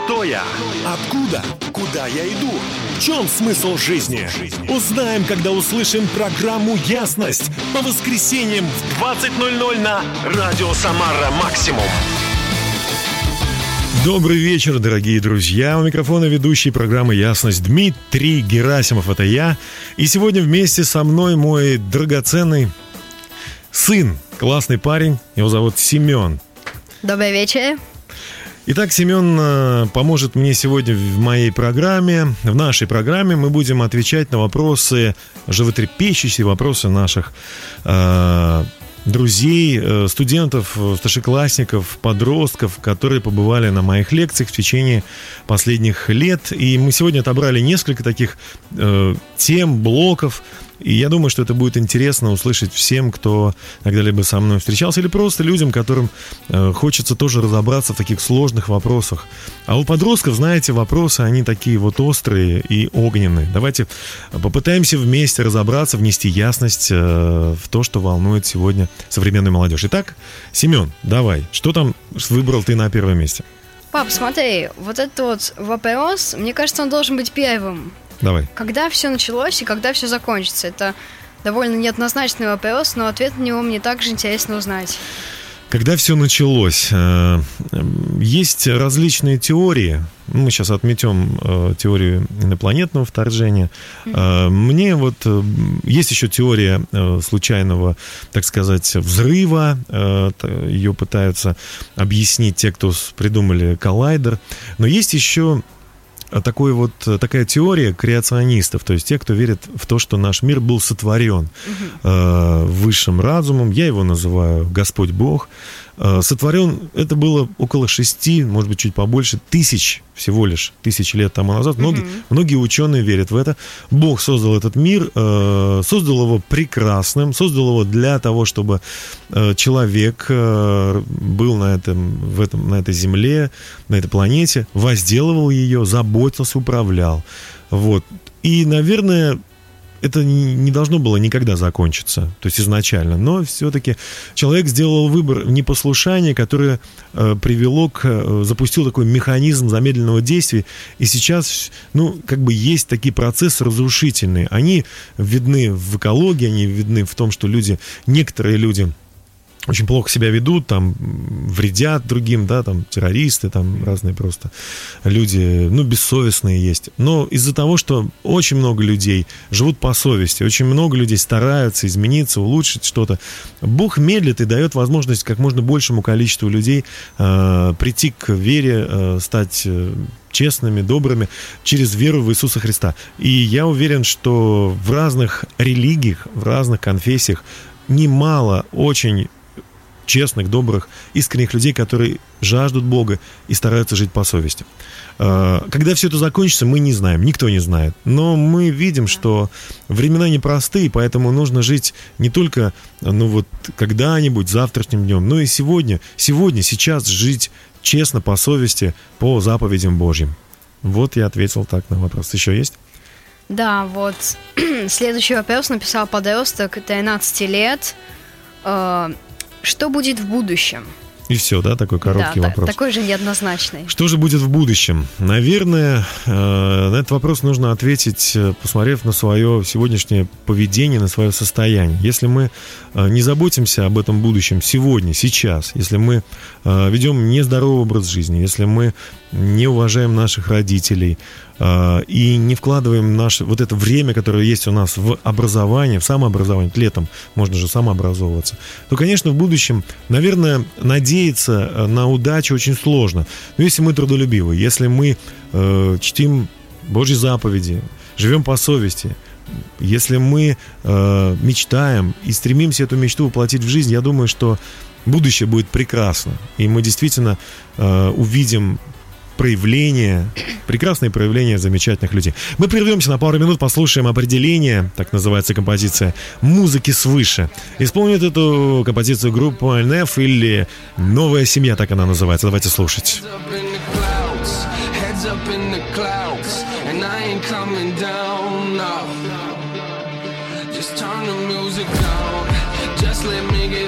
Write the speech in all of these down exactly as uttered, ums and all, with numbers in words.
Кто я? Откуда? Куда я иду? В чем смысл жизни? Узнаем, когда услышим программу «Ясность» по воскресеньям в двадцать ноль ноль на Радио Самара Максимум. Добрый вечер, дорогие друзья. У микрофона ведущий программы «Ясность» Дмитрий Герасимов. Это я. И сегодня вместе со мной мой драгоценный сын. Классный парень. Его зовут Семен. Добрый вечер. Итак, Семен поможет мне сегодня в моей программе. В нашей программе мы будем отвечать на вопросы, животрепещущие вопросы наших э, друзей, э, студентов, старшеклассников, подростков, которые побывали на моих лекциях в течение последних лет. И мы сегодня отобрали несколько таких э, тем, блоков. И я думаю, что это будет интересно услышать всем, кто когда-либо со мной встречался, или просто людям, которым э, хочется тоже разобраться в таких сложных вопросах. А у подростков, знаете, вопросы, они такие вот острые и огненные. Давайте попытаемся вместе разобраться, внести ясность э, в то, что волнует сегодня современную молодежь. Итак, Семен, давай, что там выбрал ты на первом месте? Пап, смотри, вот этот вот вопрос, мне кажется, он должен быть первым. Давай. Когда все началось и когда все закончится? Это довольно неоднозначный вопрос, но ответ на него мне также интересно узнать. Когда все началось? Есть различные теории. Мы сейчас отметем теорию инопланетного вторжения. Mm-hmm. Мне вот есть еще теория случайного, так сказать, взрыва. Ее пытаются объяснить те, кто придумали коллайдер. Но есть еще такой вот, такая теория креационистов, то есть те, кто верит в то, что наш мир был сотворен uh-huh. э, высшим разумом. Я его называю Господь Бог. Э, сотворен, это было около шести, может быть, чуть побольше, тысяч, всего лишь тысяч лет тому назад. Многие, uh-huh. многие ученые верят в это. Бог создал этот мир, э, создал его прекрасным, создал его для того, чтобы э, человек э, был на, этом, в этом, на этой земле, на этой планете, возделывал ее, заботился, управлял. Вот. И, наверное, это не должно было никогда закончиться, то есть изначально. Но все-таки человек сделал выбор непослушания, которое э, привело к... Э, запустил такой механизм замедленного действия. И сейчас, ну, как бы есть такие процессы разрушительные. Они видны в экологии, они видны в том, что люди, некоторые люди... очень плохо себя ведут, там, вредят другим, да, там, террористы, там, разные просто люди, ну, бессовестные есть. Но из-за того, что очень много людей живут по совести, очень много людей стараются измениться, улучшить что-то, Бог медлит и дает возможность как можно большему количеству людей э, прийти к вере, э, стать... Э, честными, добрыми, через веру в Иисуса Христа. И я уверен, что в разных религиях, в разных конфессиях немало очень честных, добрых, искренних людей, которые жаждут Бога и стараются жить по совести. Когда все это закончится, мы не знаем, никто не знает. Но мы видим, что времена непростые, поэтому нужно жить не только, ну вот, когда-нибудь, завтрашним днем, но и сегодня, сегодня, сейчас жить честно, по совести, по заповедям Божьим. Вот я ответил так на вопрос. Еще есть? Да, вот следующий вопрос написал подросток тринадцати лет. Что будет в будущем? И все, да, такой короткий да, вопрос. Да, такой же неоднозначный. Что же будет в будущем? Наверное, на этот вопрос нужно ответить, посмотрев на свое сегодняшнее поведение, на свое состояние. Если мы не заботимся об этом будущем сегодня, сейчас, если мы ведем нездоровый образ жизни, если мы не уважаем наших родителей и не вкладываем наше вот это время, которое есть у нас в образование, в самообразование, летом можно же самообразовываться, то, конечно, в будущем, наверное, надеяться на удачу очень сложно. Но если мы трудолюбивы, если мы э, чтим Божьи заповеди, живем по совести, если мы э, мечтаем и стремимся эту мечту воплотить в жизнь, я думаю, что будущее будет прекрасно, и мы действительно э, увидим проявления, прекрасные проявления замечательных людей. Мы прервемся на пару минут, послушаем определение, так называется композиция, музыки свыше. Исполнит эту композицию группа эн эф или «Новая семья», так она называется. Давайте слушать.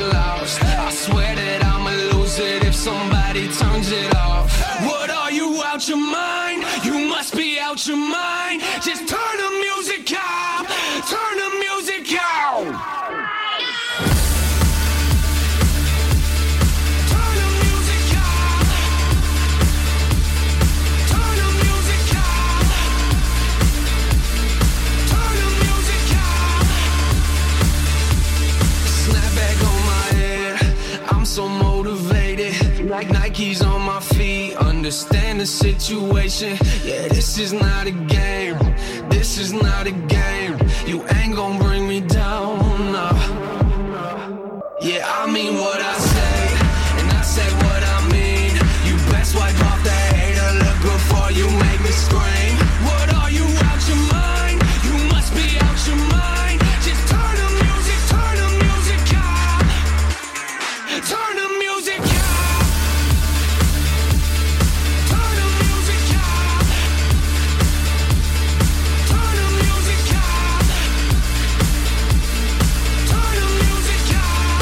Somebody turns it off. What are you out out your mind. You must be out your mind. Just turn the music out. Turn the music out. So motivated, like Nike's on my feet. Understand the situation. Yeah, this is not a game. This is not a game. You ain't gon' bring me down. No. Yeah, I mean what I say, and I say what I mean. You best wipe off the hater look before you make me scream. What are you out your mind? You must be out your mind. Just turn the music, turn the music out. Turn the music out. Turn the music out. Turn the music out. Turn the music out.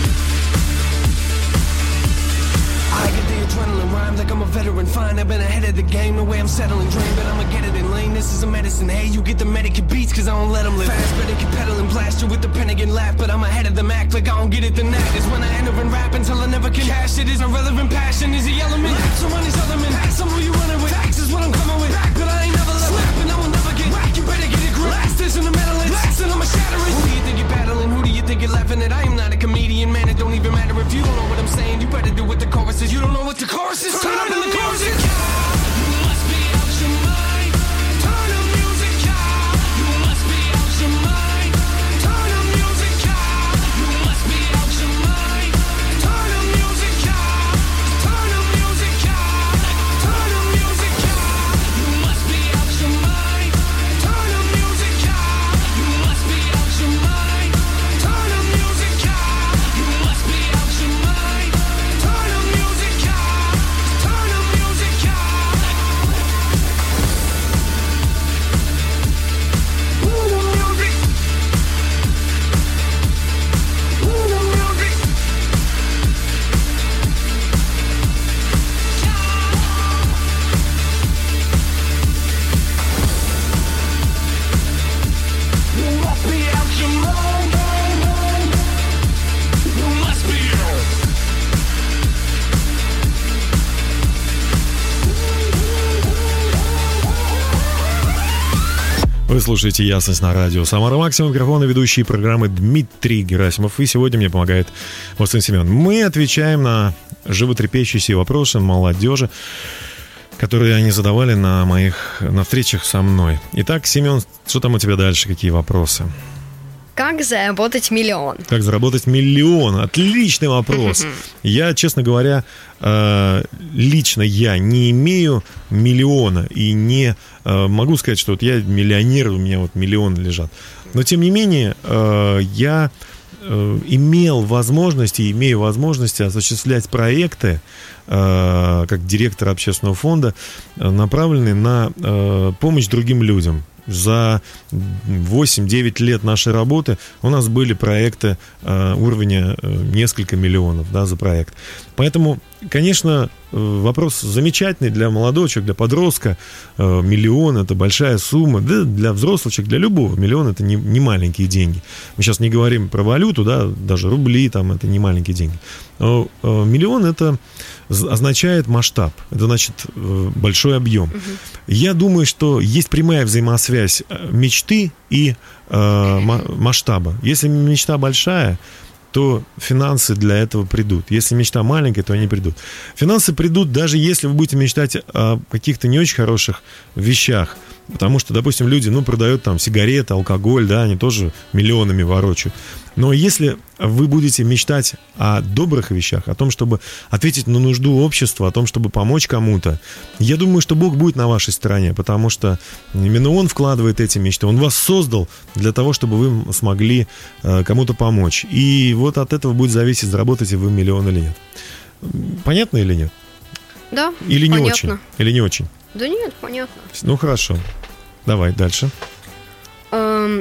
I get the adrenaline rhymes like I'm a veteran. Fine, I've been ahead of the game. The way I'm settling dream, but I'ma get it in lane. This is a medicine. Hey, you get the Medicate beats, cause I don't let them live fast. But they can pedal and blast you with the Pentagon laugh. But I'm ahead of them act like I don't get it. The knack is when I enter and rap until I never can cash it. Is irrelevant passion is the element. So on these other men, some who you running with. Facts is what I'm coming with. Back, but I ain't never let slap, and I will never get whack. You better get it grip. Last is in the metal, last and I'ma shatter it. Who do you think you're battling? Who do you think you're laughing at? I am not a comedian, man. It don't even matter if you don't know what I'm saying. You better do what the chorus is. You don't know what the chorus is. Turn up in the chorus is. You must be out your mind. Turn the music out. You must be out your mind. Turn the music out. You must be out your mind. Turn the music out. Turn the music out. Turn the music out. You must be out your mind. Turn the music out. You must be out your mind. Turn the music out. You must be out your mind. Turn the music out. Turn the music out. Ooh, the music. Ooh, the music. You must be out your mind. You must be out. Вы слушаете «Ясность» на радио «Самара Максимум». Микрофон и ведущий программы Дмитрий Герасимов. И сегодня мне помогает Мостын Семен. Мы отвечаем на животрепещущие вопросы молодежи, которые они задавали на моих на встречах со мной. Итак, Семен, что там у тебя дальше? Какие вопросы? Как заработать миллион? Как заработать миллион? Отличный вопрос. Я, честно говоря, лично я не имею миллиона и не могу сказать, что вот я миллионер, у меня вот миллионы лежат. Но, тем не менее, я имел возможности и имею возможности осуществлять проекты как директор общественного фонда, направленные на помощь другим людям. За восемь-девять лет нашей работы у нас были проекты э, уровня э, несколько миллионов, да, за проект. Поэтому, конечно, э, вопрос замечательный для молодого человека, для подростка. Э, миллион – это большая сумма. Да, для взрослого человека, для любого миллион – это не, не маленькие деньги. Мы сейчас не говорим про валюту, да, даже рубли там, – это не маленькие деньги. Но э, миллион – это означает масштаб, это значит э, большой объем. Угу. Я думаю, что есть прямая взаимосвязь мечты и э, масштаба. Если мечта большая, то финансы для этого придут. Если мечта маленькая, то они придут. Финансы придут, даже если вы будете мечтать о каких-то не очень хороших вещах. Потому что, допустим, люди, ну, продают там сигареты, алкоголь, да, они тоже миллионами ворочают. Но если вы будете мечтать о добрых вещах, о том, чтобы ответить на нужду общества, о том, чтобы помочь кому-то, я думаю, что Бог будет на вашей стороне, потому что именно Он вкладывает эти мечты. Он вас создал для того, чтобы вы смогли э, кому-то помочь. И вот от этого будет зависеть, заработаете вы миллион или нет. Понятно или нет? Да, или не понятно. очень? Или не очень? Да нет, понятно. Ну, хорошо. Давай дальше. Эм,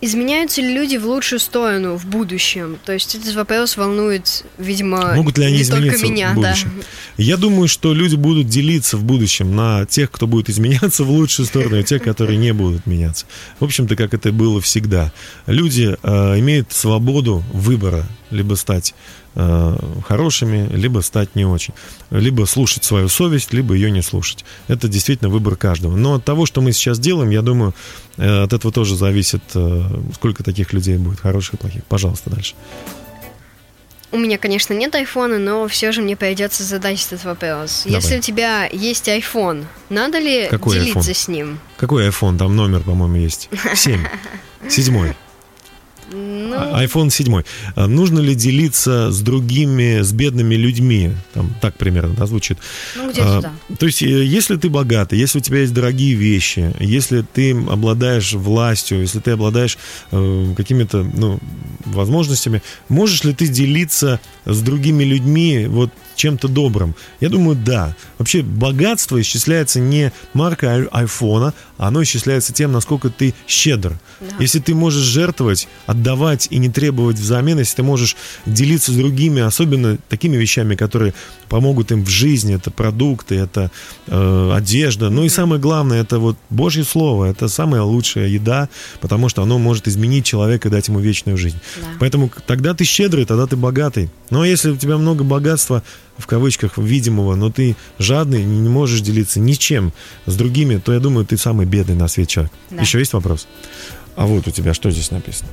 Изменяются ли люди в лучшую сторону в будущем? То есть этот вопрос волнует, видимо, Могут ли они не только измениться меня. в будущем? Да. Я думаю, что люди будут делиться в будущем на тех, кто будет изменяться в лучшую сторону, и тех, которые не будут меняться. В общем-то, как это было всегда. Люди э, имеют свободу выбора, либо стать э, хорошими, либо стать не очень. Либо слушать свою совесть, либо ее не слушать. Это действительно выбор каждого. Но от того, что мы сейчас делаем, я думаю, э, от этого тоже зависит, э, сколько таких людей будет, хороших и плохих. Пожалуйста, дальше. У меня, конечно, нет айфона, но все же мне придется задать этот вопрос. Давай. Если у тебя есть айфон, надо ли Какой делиться iPhone? с ним? Какой iPhone? Там номер, по-моему, есть. Семь. Седьмой. Ну, iPhone семь. Нужно ли делиться с другими, с бедными людьми? Там, так примерно, да, звучит. ну где-то А, да. То есть, э, если ты богатый, если у тебя есть дорогие вещи, если ты обладаешь властью, если ты обладаешь э, какими-то, ну, возможностями, можешь ли ты делиться с другими людьми вот чем-то добрым? Я думаю, да. Вообще, богатство исчисляется не маркой айфона, а оно исчисляется тем, насколько ты щедр. Да. Если ты можешь жертвовать, отдавать и не требовать взамен, если ты можешь делиться с другими, особенно такими вещами, которые помогут им в жизни, это продукты, это э, одежда, ну и самое главное, это вот Божье Слово, это самая лучшая еда, потому что оно может изменить человека и дать ему вечную жизнь. Да. Поэтому тогда ты щедрый, тогда ты богатый. Ну а если у тебя много богатства, в кавычках, видимого, но ты жадный, не можешь делиться ничем с другими, то я думаю, ты самый бедный на свете человек. Да. Еще есть вопрос? А вот у тебя что здесь написано?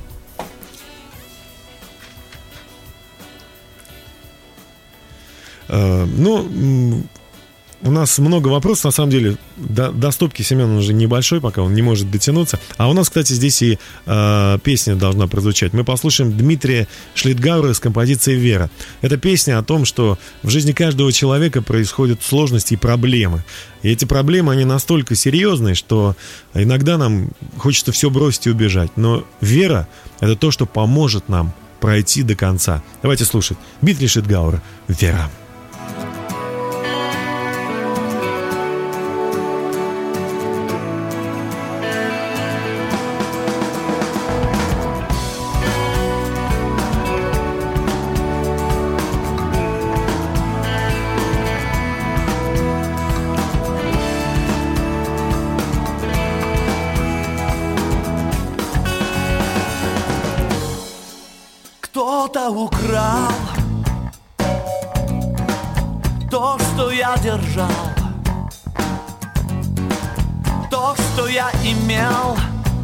Э, ну, м, у нас много вопросов, на самом деле, до, до стопки Семена уже небольшой, пока он не может дотянуться. А у нас, кстати, здесь и э, песня должна прозвучать. Мы послушаем Дмитрия Шлитгауэра с композицией «Вера». Это песня о том, что в жизни каждого человека происходят сложности и проблемы. И эти проблемы, они настолько серьезные, что иногда нам хочется все бросить и убежать. Но вера — это то, что поможет нам пройти до конца. Давайте слушать. Дмитрий Шлитгауэр «Вера». Кто-то украл то, что я держал, то, что я имел.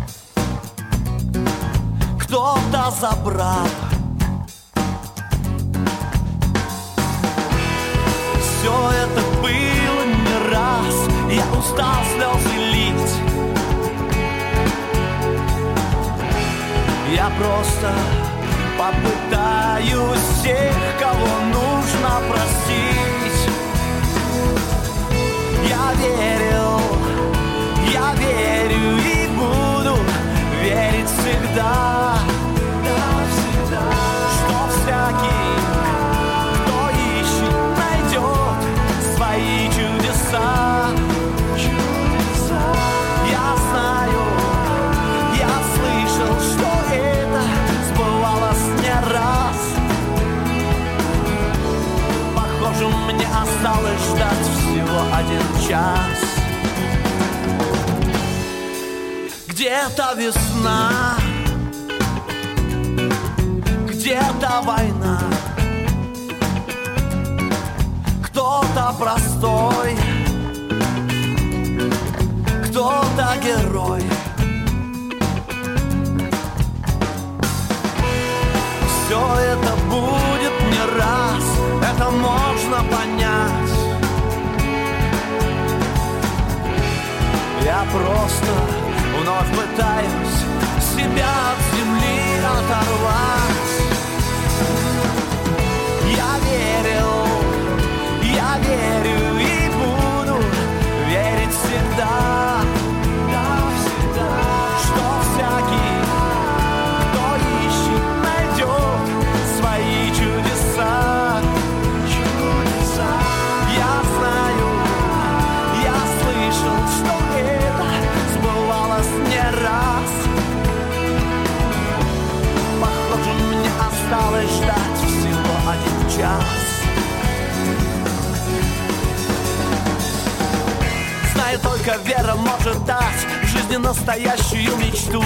Кто-то забрал. Все это было не раз. Я устал слезы лить. Я просто попытаюсь всех, кого нужно простить. Я верил, я верю и буду верить всегда, всегда, что всякий, кто ищет, найдет свои чудеса. чудеса. Я знаю, я слышал, что это сбывалось не раз. Похоже, мне осталось ждать всего один час. Где-то весна, где-то война, кто-то простой, кто-то герой. Все это будет не раз, это можно понять. Я просто вновь пытаюсь себя от земли оторвать. Я верил, я верю и буду верить всегда, да, всегда, что всякий, кто ищет, найдет свои чудеса. чудеса. Я знаю, я слышал, что это сбывалось не раз. только вера может дать в жизни настоящую мечту.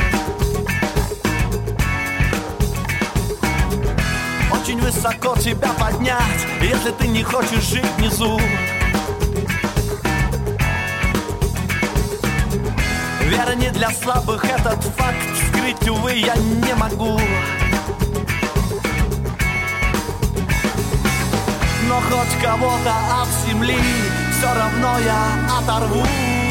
Очень высоко тебя поднять, если ты не хочешь жить внизу. Вера не для слабых, этот факт скрыть, увы, я не могу. Но хоть кого-то от земли все равно я оторву.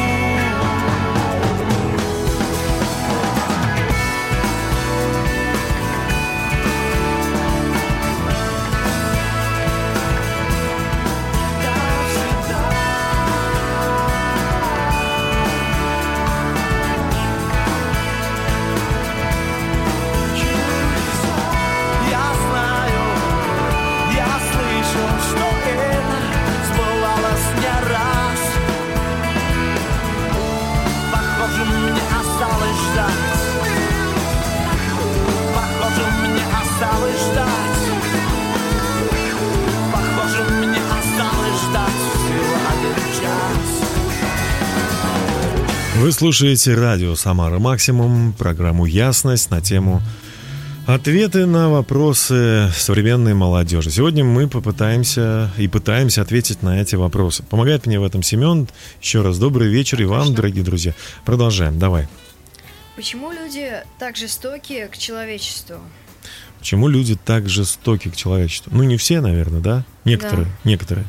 Вы слушаете радио «Самара Максимум», программу «Ясность» на тему «Ответы на вопросы современной молодежи». Сегодня мы попытаемся и пытаемся ответить на эти вопросы. Помогает мне в этом Семен. Еще раз добрый вечер и вам, дорогие друзья. Продолжаем, давай. Почему люди так жестоки к человечеству? Почему люди так жестоки к человечеству? Ну, не все, наверное, да? Некоторые, да. некоторые.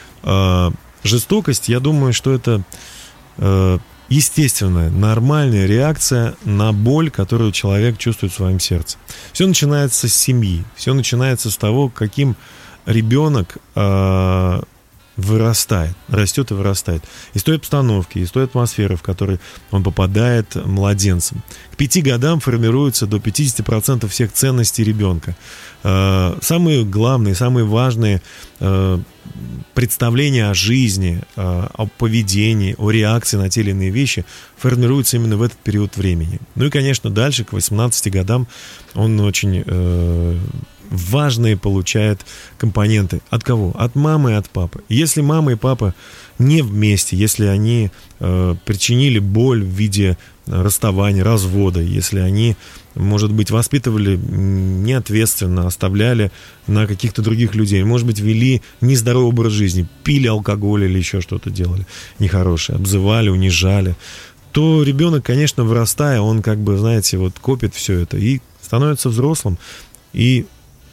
А, жестокость, я думаю, что это... А, естественная, нормальная реакция на боль, которую человек чувствует в своем сердце. Все начинается с семьи, все начинается с того, каким ребенок э, вырастает, растет и вырастает. Из той обстановки, из той атмосферы, в которой он попадает младенцем. К пяти годам формируется до пятьдесят процентов всех ценностей ребенка. Э, самые главные, самые важные э, представления о жизни, о поведении, о реакции на те или иные вещи формируются именно в этот период времени. Ну и, конечно, дальше, к восемнадцати годам, он очень э, важные получает компоненты. От кого? От мамы и от папы. Если мама и папа не вместе, если они э, причинили боль в виде расставания, развода, если они, может быть, воспитывали неответственно, оставляли на каких-то других людей, может быть, вели нездоровый образ жизни, пили алкоголь или еще что-то делали нехорошее, обзывали, унижали, то ребенок, конечно, вырастая, он как бы, знаете, вот копит все это и становится взрослым, и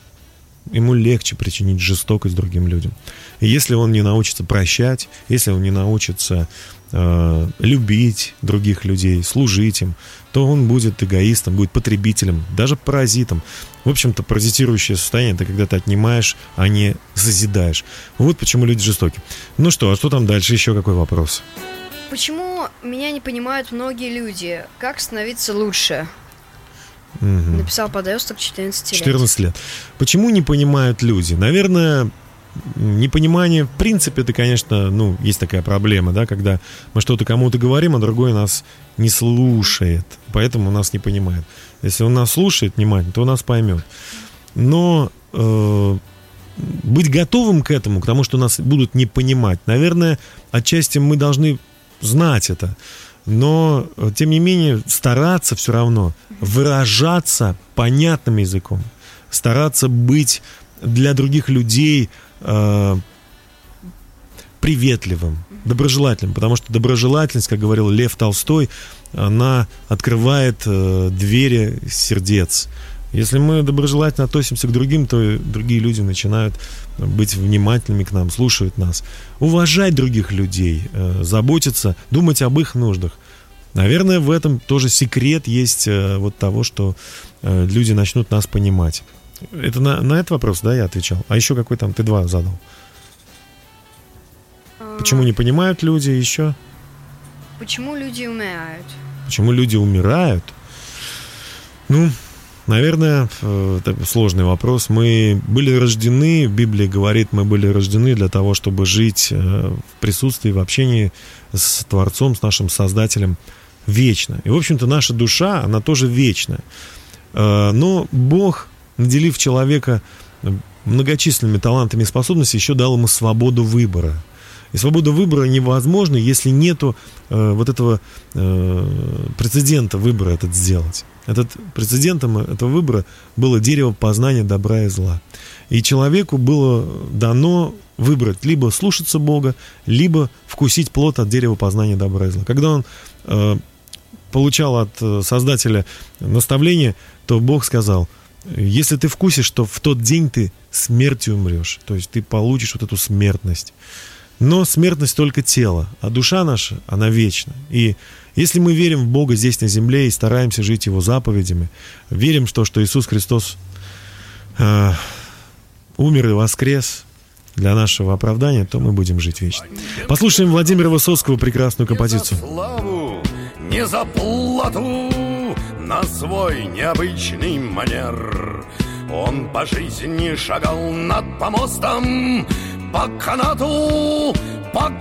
ему легче причинить жестокость другим людям. И если он не научится прощать, если он не научится э, любить других людей, служить им, то он будет эгоистом, будет потребителем, даже паразитом. В общем-то, паразитирующее состояние — это когда ты отнимаешь, а не созидаешь. Вот почему люди жестоки. Ну что, а что там дальше? Еще какой вопрос? Почему меня не понимают многие люди? Как становиться лучше? Угу. Написал подросток четырнадцати лет. четырнадцать лет. Почему не понимают люди? Наверное, непонимание, в принципе, это, конечно, ну, есть такая проблема, да, когда мы что-то кому-то говорим, а другой нас не слушает, поэтому нас не понимает. Если он нас слушает внимательно, то он нас поймет. Но э, быть готовым к этому, к тому, что нас будут не понимать, наверное, отчасти мы должны знать это. Но, тем не менее, стараться все равно выражаться понятным языком, стараться быть для других людей э, приветливым, доброжелательным, потому что доброжелательность, как говорил Лев Толстой, она открывает э, двери сердец. Если мы доброжелательно относимся к другим, то другие люди начинают быть внимательными к нам, слушают нас. Уважать других людей, заботиться, думать об их нуждах. Наверное, в этом тоже секрет есть вот того, что люди начнут нас понимать. Это на, на этот вопрос, да, я отвечал. А еще какой там, ты два задал. Почему не понимают люди еще? Почему люди умирают? Почему люди умирают? Ну... Наверное, это сложный вопрос. Мы были рождены, Библия говорит, мы были рождены для того, чтобы жить в присутствии, в общении с Творцом, с нашим Создателем вечно. И, в общем-то, наша душа, она тоже вечная. Но Бог, наделив человека многочисленными талантами и способностями, еще дал ему свободу выбора. И свобода выбора невозможна, если нету э, вот этого э, прецедента выбора этот сделать. Этот, прецедентом этого выбора было дерево познания добра и зла. И человеку было дано выбрать либо слушаться Бога, либо вкусить плод от дерева познания добра и зла. Когда он э, получал от Создателя наставление, то Бог сказал: если ты вкусишь, то в тот день ты смертью умрешь. То есть ты получишь вот эту смертность. Но смертность только тела, а душа наша, она вечна. И если мы верим в Бога здесь на земле и стараемся жить Его заповедями, верим в то, что Иисус Христос э, умер и воскрес для нашего оправдания, то мы будем жить вечно. Послушаем Владимира Высоцкого прекрасную композицию. Не за славу, не за плату, на свой необычный манер он по жизни шагал над помостом, по канату, по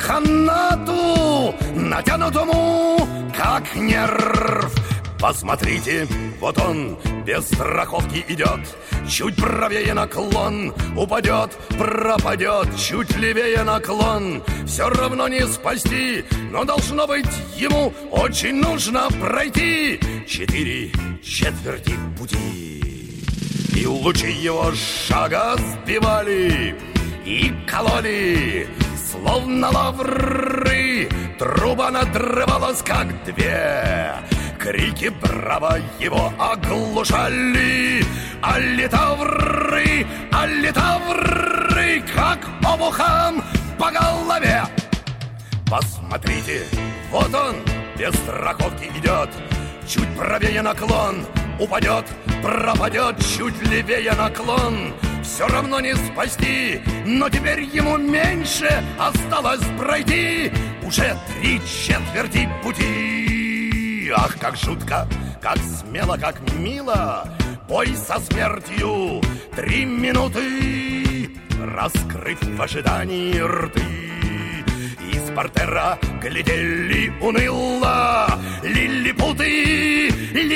канату, натянутому, как нерв. Посмотрите, вот он без страховки идет, чуть правее наклон, упадет, пропадет, чуть левее наклон. Все равно не спасти, но должно быть ему очень нужно пройти четыре четверти пути. И лучи его шага сбивали и кололи, словно лавры. Труба надрывалась, как две. Крики браво его оглушали. А литавры, а литавры, как обухом по голове. Посмотрите, вот он без страховки идет, чуть правее наклон, упадет, пропадет, чуть левее наклон. Все равно не спасти, но теперь ему меньше осталось пройти. Уже три четверти пути. Ах, как жутко, как смело, как мило, бой со смертью. Три минуты, раскрыв в ожидании рты. Из портера глядели уныло лилипуты,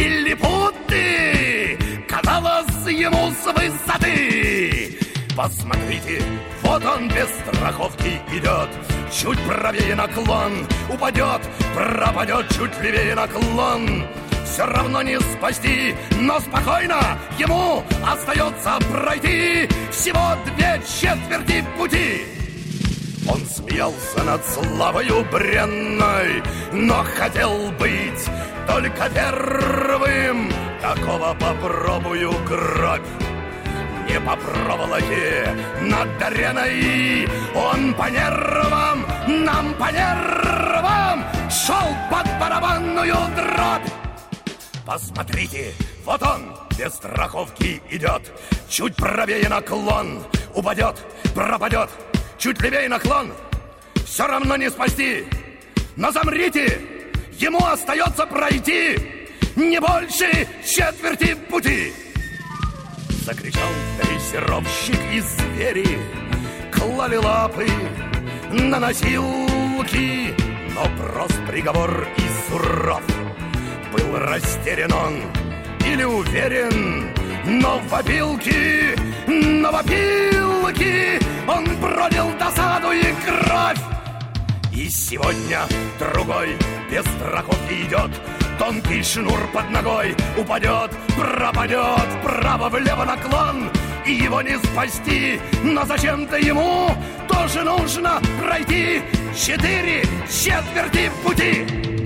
лилипуты. Казалось ему с высоты. Посмотрите, вот он без страховки идет, чуть правее наклон, упадет, пропадет, чуть левее наклон. Все равно не спасти, но спокойно ему остается пройти всего две четверти пути. Он смеялся над славою бренной, но хотел быть только первым. Такого попробую кровь. Не по проволоке над ареной он по нервам, нам по нервам шел под барабанную дробь. Посмотрите, вот он без страховки идет, чуть правее наклон, упадет, пропадет, чуть левее наклон. Все равно не спасти, но замрите, ему остается пройти не больше четверти пути. Закричал дрессировщик, и звери клали лапы на носилки, но прост приговор и суров. Был растерян он или уверен, но в опилке, но в опилке он пролил досаду и кровь. И сегодня другой без страховки идет, тонкий шнур под ногой, упадет, пропадет, вправо-влево наклон, и его не спасти, но зачем-то ему тоже нужно пройти четыре четверти пути.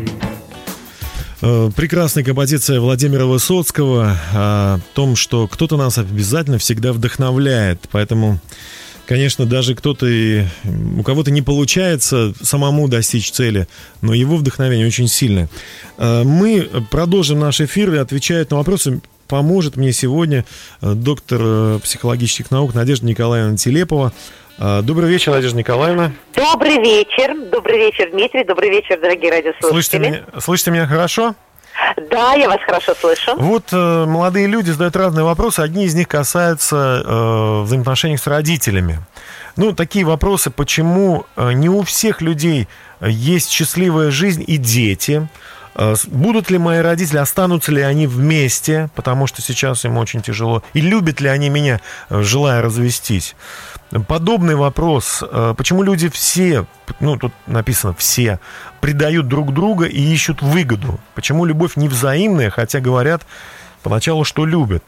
Прекрасная композиция Владимира Высоцкого о том, что кто-то нас обязательно всегда вдохновляет, поэтому... Конечно, даже кто-то, и, у кого-то не получается самому достичь цели, но его вдохновение очень сильное. Мы продолжим наш эфир и отвечать на вопросы. Поможет мне сегодня доктор психологических наук Надежда Николаевна Телепова. Добрый вечер, Надежда Николаевна. Добрый вечер. Добрый вечер, Дмитрий. Добрый вечер, дорогие радиослушатели. Слышите меня, слышите меня хорошо? Да, я вас хорошо слышу. Вот э, молодые люди задают разные вопросы. Одни из них касаются э, взаимоотношений с родителями. Ну, такие вопросы, почему э, не у всех людей есть счастливая жизнь и дети, Будут ли мои родители, останутся ли они вместе, потому что сейчас им очень тяжело, и любят ли они меня, желая развестись. Подобный вопрос, почему люди все, ну тут написано все, предают друг друга и ищут выгоду, почему любовь невзаимная, хотя говорят поначалу, что любят.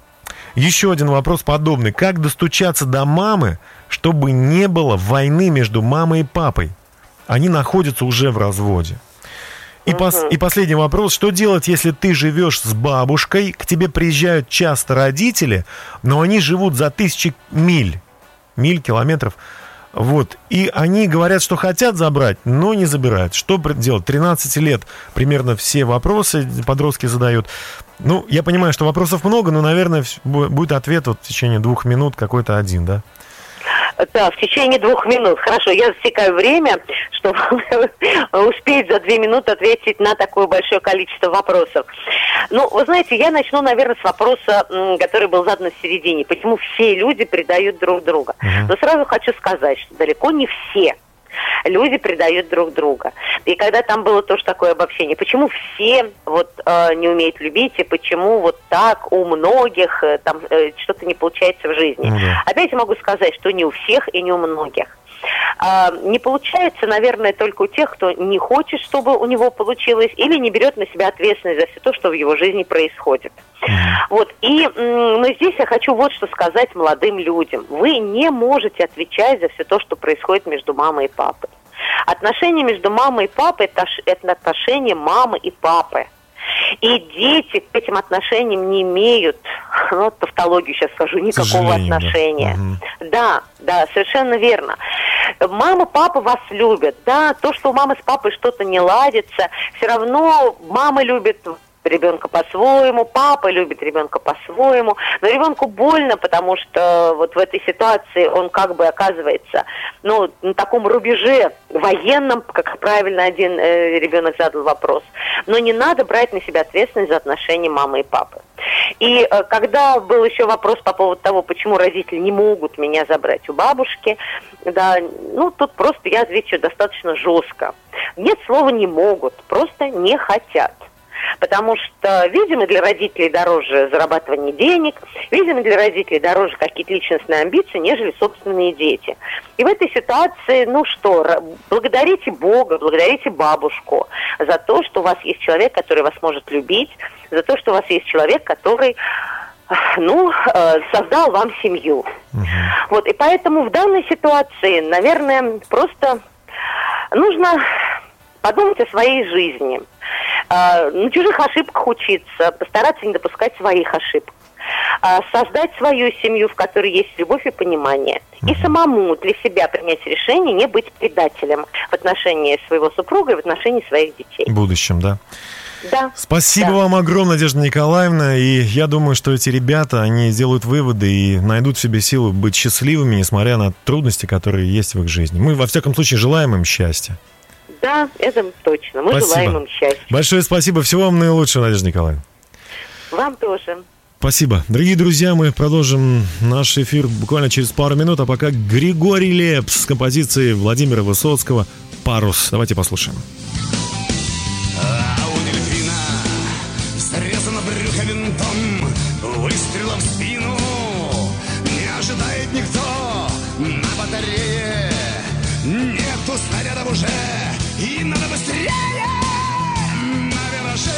Еще один вопрос подобный, как достучаться до мамы, чтобы не было войны между мамой и папой? Они находятся уже в разводе. И, uh-huh. пос- и последний вопрос. Что делать, если ты живешь с бабушкой, к тебе приезжают часто родители, но они живут за тысячи миль, миль, километров, вот, и они говорят, что хотят забрать, но не забирают. Что делать? тринадцать лет примерно все вопросы подростки задают. Ну, я понимаю, что вопросов много, но, наверное, будет ответ вот в течение двух минут какой-то один, да? Да, в течение двух минут. Хорошо, я засекаю время, чтобы успеть за две минуты ответить на такое большое количество вопросов. Ну, вы знаете, я начну, наверное, с вопроса, который был задан в середине. Почему все люди предают друг друга? Uh-huh. Но сразу хочу сказать, что далеко не все люди предают друг друга. И когда там было тоже такое обобщение, почему все вот э, не умеют любить, и почему вот так у многих э, там э, что-то не получается в жизни. Mm-hmm. Опять я могу сказать, что не у всех и не у многих. А, не получается, наверное, только у тех, кто не хочет, чтобы у него получилось, или не берет на себя ответственность за все то, что в его жизни происходит. Mm-hmm. Вот. И, но здесь я хочу вот что сказать молодым людям. Вы не можете отвечать за все то, что происходит между мамой и папой. Отношения между мамой и папой – это отношения мамы и папы. И дети к этим отношениям не имеют, ну, тавтологию сейчас скажу, никакого отношения. Да. да, да, совершенно верно. Мама, папа вас любят, да, то, что у мамы с папой что-то не ладится, все равно мама любит ребенка по-своему, папа любит ребенка по-своему, но ребенку больно, потому что вот в этой ситуации он как бы оказывается, ну, на таком рубеже военном, как правильно один э, ребенок задал вопрос. Но не надо брать на себя ответственность за отношения мамы и папы. И э, когда был еще вопрос по поводу того, почему родители не могут меня забрать у бабушки, да, ну, тут просто я отвечу достаточно жестко. Нет слова «не могут», просто не хотят. Потому что, видимо, для родителей дороже зарабатывание денег, видимо, для родителей дороже какие-то личностные амбиции, нежели собственные дети. И в этой ситуации, ну что, благодарите Бога, благодарите бабушку за то, что у вас есть человек, который вас может любить, за то, что у вас есть человек, который, ну, создал вам семью. Uh-huh. Вот, и поэтому в данной ситуации, наверное, просто нужно подумать о своей жизни. На чужих ошибках учиться, постараться не допускать своих ошибок, создать свою семью, в которой есть любовь и понимание, и самому для себя принять решение не быть предателем в отношении своего супруга и в отношении своих детей. В будущем, да? Да. Спасибо да. вам огромное, Надежда Николаевна, и я думаю, что эти ребята, они сделают выводы и найдут в себе силу быть счастливыми, несмотря на трудности, которые есть в их жизни. Мы, во всяком случае, желаем им счастья. Да, это точно. Мы спасибо. Желаем им счастья. Большое спасибо. Всего вам наилучшего, Надежда Николаевна. Вам тоже. Спасибо. Дорогие друзья, мы продолжим наш эфир буквально через пару минут, а пока Григорий Лепс с композицией Владимира Высоцкого «Парус». Давайте послушаем. А у дельфина срезано брюхо винтом, выстрела в спину не ожидает никто на батарее. Нету снарядов уже, и надо быстрее на вираже.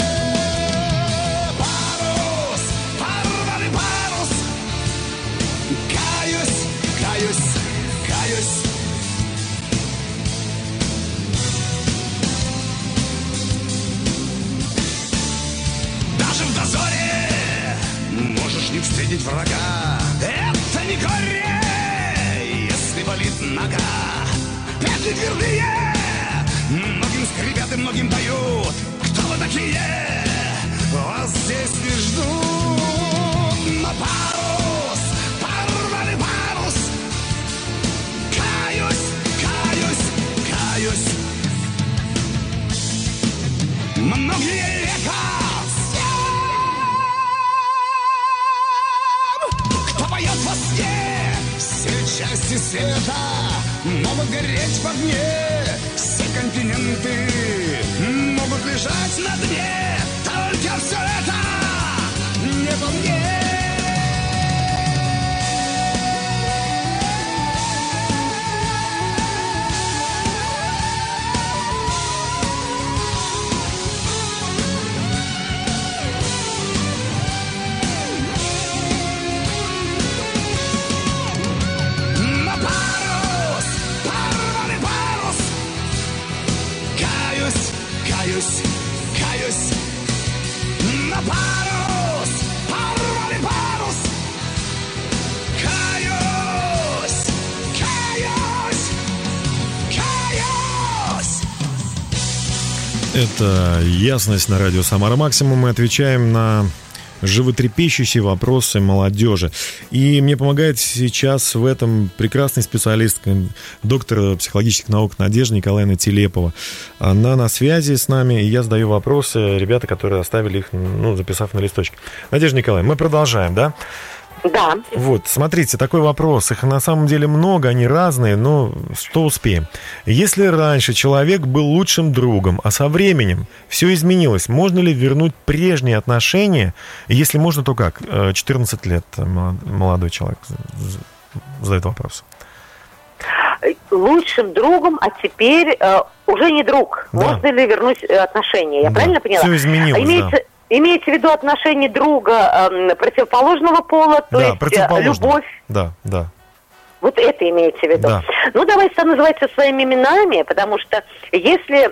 Парус, порвали парус. Каюсь, каюсь, каюсь. Даже в дозоре можешь не встретить врага. Это не горе, если болит нога. Петли твердые, многим скрипят и многим дают. Кто вы такие? Вас здесь не ждут. На парус, порвали парус. Каюсь, каюсь, каюсь. Многие века съем. Кто поет во сне, все части света могут гореть в огне. Все континенты могут ли лежать на дне, только все это не по мне. Каюсь, каюсь, на парус, порвали парус. Каюсь, каюсь, каюсь. Это «Ясность» на радио «Самара Максимум». Мы отвечаем на животрепещущие вопросы молодежи. И мне помогает сейчас в этом прекрасный специалист, доктор психологических наук Надежда Николаевна Телепова. Она на связи с нами, и я задаю вопросы, ребята, которые оставили их, ну, записав на листочке. Надежда Николаевна, мы продолжаем, да? Да. Вот, смотрите, такой вопрос. Их на самом деле много, они разные, но что успеем. Если раньше человек был лучшим другом, а со временем все изменилось, можно ли вернуть прежние отношения? Если можно, то как? четырнадцать лет молодой человек задает вопрос. Лучшим другом, а теперь э, уже не друг. Да. Можно ли вернуть отношения? Я да. правильно поняла? Все изменилось, имеется... да. Имеется в виду отношение друга э, противоположного пола, то да, есть любовь. Да, да. Вот это имеется в виду. Да. Ну, давайте это называть своими именами, потому что если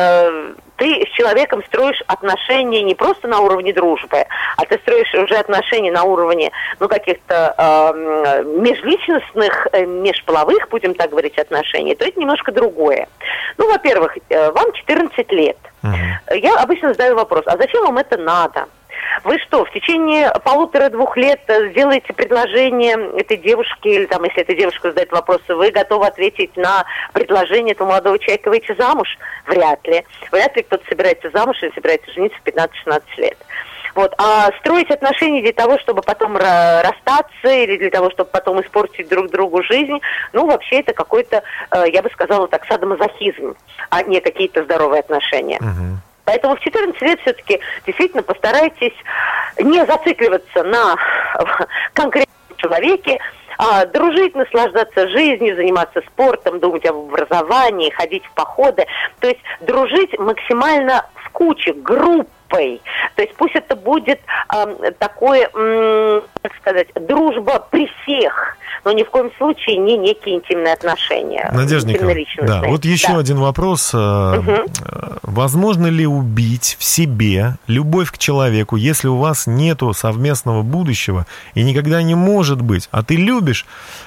э, ты с человеком строишь отношения не просто на уровне дружбы, а ты строишь уже отношения на уровне, ну, каких-то э, межличностных, э, межполовых, будем так говорить, отношений, то это немножко другое. Ну, во-первых, э, вам четырнадцать лет. Uh-huh. Я обычно задаю вопрос, а зачем вам это надо? Вы что, в течение полутора-двух лет сделаете предложение этой девушке, или там, если эта девушка задает вопросы, вы готовы ответить на предложение этого молодого человека выйти замуж? Вряд ли. Вряд ли кто-то собирается замуж или собирается жениться в пятнадцать-шестнадцать лет. Вот. А строить отношения для того, чтобы потом расстаться, или для того, чтобы потом испортить друг другу жизнь, ну, вообще это какой-то, я бы сказала так, садомазохизм, а не какие-то здоровые отношения. Uh-huh. Поэтому в четырнадцать лет все-таки действительно постарайтесь не зацикливаться на конкретном человеке, а дружить, наслаждаться жизнью, заниматься спортом, думать об образовании, ходить в походы. То есть дружить максимально в куче, группой. То есть пусть это будет э, такое, э, как сказать, дружба при всех, но ни в коем случае не некие интимные отношения. Надежда Николаевна, да, вот еще да. один вопрос. Угу. Возможно ли убить в себе любовь к человеку, если у вас нету совместного будущего и никогда не может быть, а ты любишь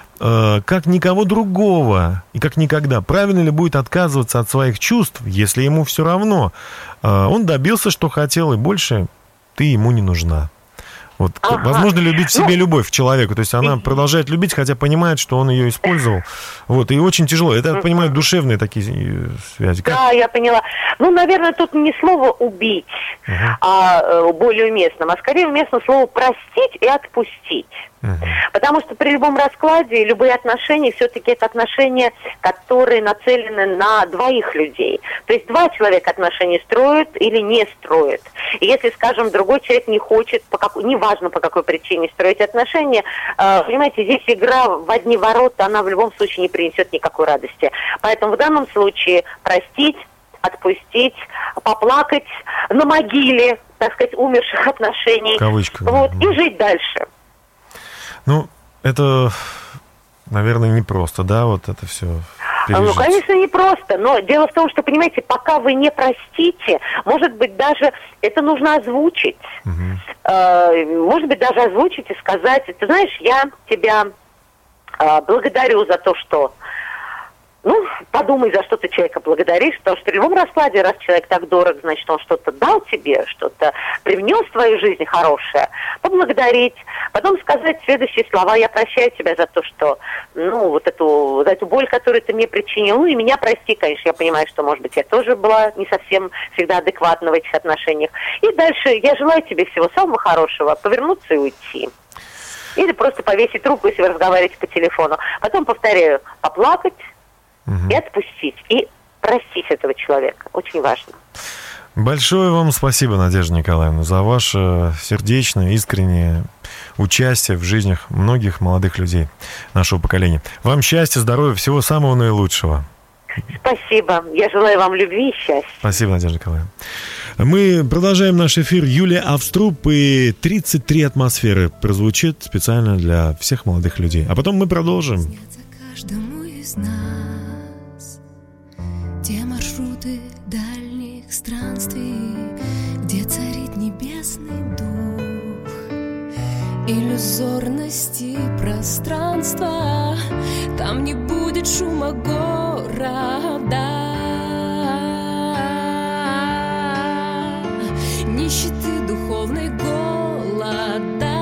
э, как никого другого и как никогда? Правильно ли будет отказываться от своих чувств, если ему все равно? Э, он добился, что хотел, и больше ты ему не нужна. Вот, ага. Возможно любить в себе ну, любовь к человеку. То есть она продолжает любить, хотя понимает, что он ее использовал. Вот, и очень тяжело. Это, я понимаю, душевные такие связи. Как? Да, я поняла. Ну, наверное, тут не слово «убить», uh-huh. а более уместным, а скорее уместно слово «простить» и «отпустить». Uh-huh. Потому что при любом раскладе любые отношения все-таки это отношения, которые нацелены на двоих людей. То есть два человека отношения строят или не строят. И если, скажем, другой человек не хочет, по какой, неважно по какой причине строить отношения, э, понимаете, здесь игра в одни ворота, она в любом случае не принесет никакой радости. Поэтому в данном случае простить, отпустить, поплакать на могиле, так сказать, умерших отношений. Кавычка. Вот, и жить дальше. Ну, это, наверное, непросто, да, вот это все пережить. Ну, конечно, непросто, но дело в том, что, понимаете, пока вы не простите, может быть, даже это нужно озвучить. Угу. Э, может быть, даже озвучить и сказать, ты знаешь, я тебя э, благодарю за то, что... Ну, подумай, за что ты человека благодаришь, потому что в любом раскладе, раз человек так дорог, значит, он что-то дал тебе, что-то привнес в твою жизнь хорошее, поблагодарить, потом сказать следующие слова: я прощаю тебя за то, что, ну, вот эту, за эту боль, которую ты мне причинил, ну, и меня прости, конечно, я понимаю, что, может быть, я тоже была не совсем всегда адекватна в этих отношениях. И дальше я желаю тебе всего самого хорошего, повернуться и уйти. Или просто повесить трубку, если вы разговариваете по телефону. Потом, повторяю, поплакать, угу. и отпустить, и простить этого человека. Очень важно. Большое вам спасибо, Надежда Николаевна, за ваше сердечное, искреннее участие в жизнях многих молодых людей нашего поколения. Вам счастья, здоровья, всего самого наилучшего. Спасибо. Я желаю вам любви и счастья. Спасибо, Надежда Николаевна. Мы продолжаем наш эфир. Юлия Авструб и тридцать три атмосферы прозвучит специально для всех молодых людей. А потом мы продолжим. Снятся каждому из нас те маршруты дальних странствий, где царит небесный дух иллюзорности пространства. Там не будет шума города, нищеты духовной голода.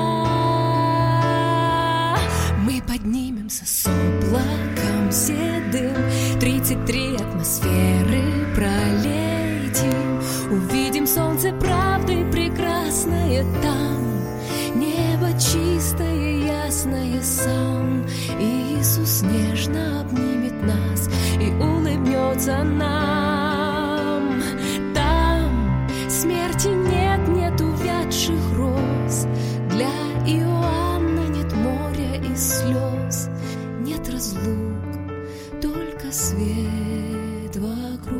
Мы поднимемся с облаком седым, тридцать три атмосферы пролетим, увидим солнце правды прекрасное там, небо чистое, ясное сам. Иисус нежно обнимет нас и улыбнется нам. Там смерти нет, нет увядших роз, для Иоанна нет моря и слез, нет разлук, только свет вокруг.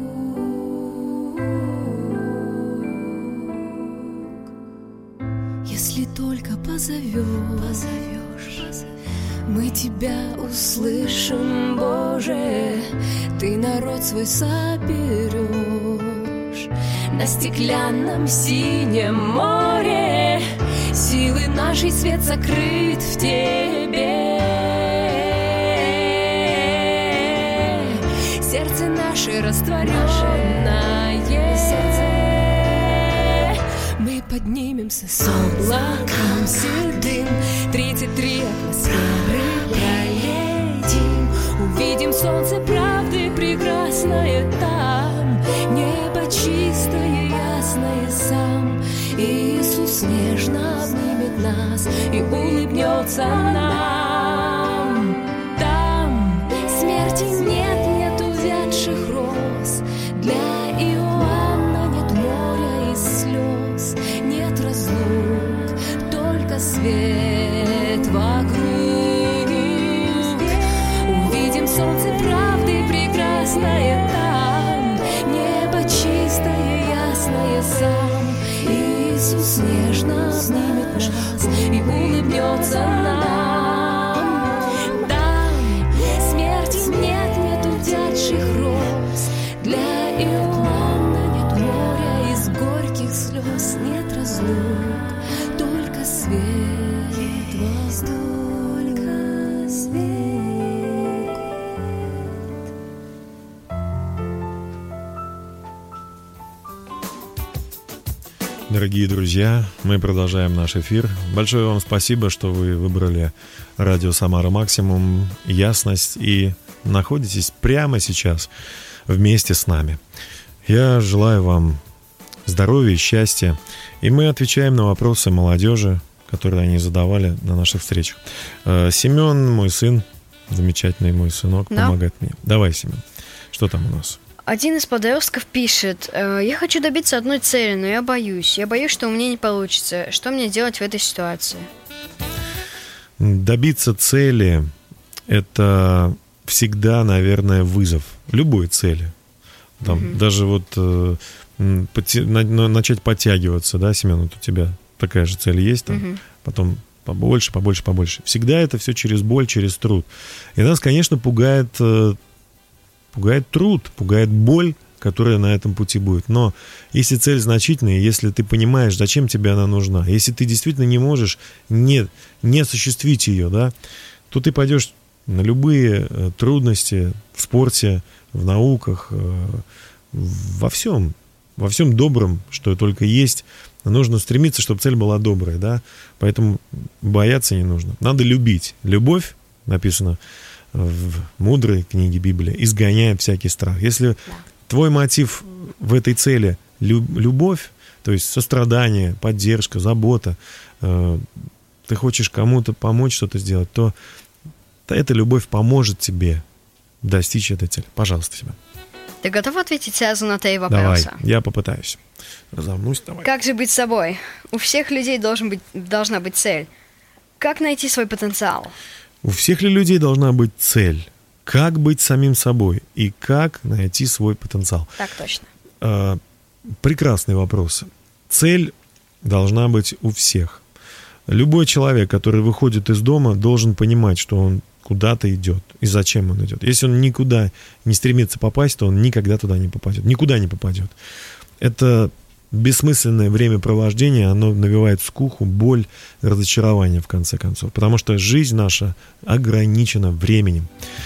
Если только позовешь, позовешь, мы тебя услышим, Боже. Ты народ свой соберешь на стеклянном синем море. Силы нашей свет сокрыт в Тебе. Сердце наше растворенное, мы поднимемся с облаком седым, тридцать три атмосферы пролетим, увидим солнце правды прекрасное там, небо чистое, ясное сам. Иисус нежно обнимет нас и улыбнется нам. Там смерти нет, нет увядших роз, для Иоанна нет моря и слез, нет разлук, только свет вокруг. Увидим солнце правды прекрасное там, небо чистое, ясное сам. Иисус нежно обнимет нас и улыбнется нам. Там смерти нет, нет увядших роз, для Иоанна нет моря из горьких слез, нет разлук, только свет вокруг, только свет. Дорогие друзья, мы продолжаем наш эфир. Большое вам спасибо, что вы выбрали радио «Самара Максимум», ясность и находитесь прямо сейчас вместе с нами. Я желаю вам здоровья, счастья, и мы отвечаем на вопросы молодежи, которые они задавали на наших встречах. Семен, мой сын, замечательный мой сынок, Да. помогает мне. Давай, Семен, что там у нас? Один из подростков пишет: я хочу добиться одной цели, но я боюсь. Я боюсь, что у меня не получится. Что мне делать в этой ситуации? Добиться цели – это всегда, наверное, вызов. Любой цели. Там, mm-hmm. Даже вот э, поти- на- начать подтягиваться, да, Семен, вот у тебя такая же цель есть, там, mm-hmm. потом побольше, побольше, побольше. Всегда это все через боль, через труд. И нас, конечно, пугает... Э, Пугает труд, пугает боль, которая на этом пути будет. Но если цель значительная, если ты понимаешь, зачем тебе она нужна, если ты действительно не можешь не, не осуществить ее, да, то ты пойдешь на любые э, трудности в спорте, в науках, э, во всем, во всем добром, что только есть. Нужно стремиться, чтобы цель была добрая, да, поэтому бояться не нужно. Надо любить. Любовь, написано в мудрой книге Библии, изгоняет всякий страх. Если да. твой мотив в этой цели любовь, то есть сострадание, поддержка, забота, э, ты хочешь кому-то помочь что-то сделать, то, то эта любовь поможет тебе достичь этой цели. Пожалуйста, тебя. Ты готов ответить сразу на три Давай, вопроса? я попытаюсь. Разомнусь, давай. Как же быть собой? У всех людей должен быть, должна быть цель. Как найти свой потенциал? У всех ли людей должна быть цель? Как быть самим собой? И как найти свой потенциал? Так точно. А, прекрасный вопрос. Цель должна быть у всех. Любой человек, который выходит из дома, должен понимать, что он куда-то идет и зачем он идет. Если он никуда не стремится попасть, то он никогда туда не попадет. Никуда не попадет. Это бессмысленное времяпровождение, оно навевает скуку, боль, разочарование в конце концов. Потому что жизнь наша ограничена временем.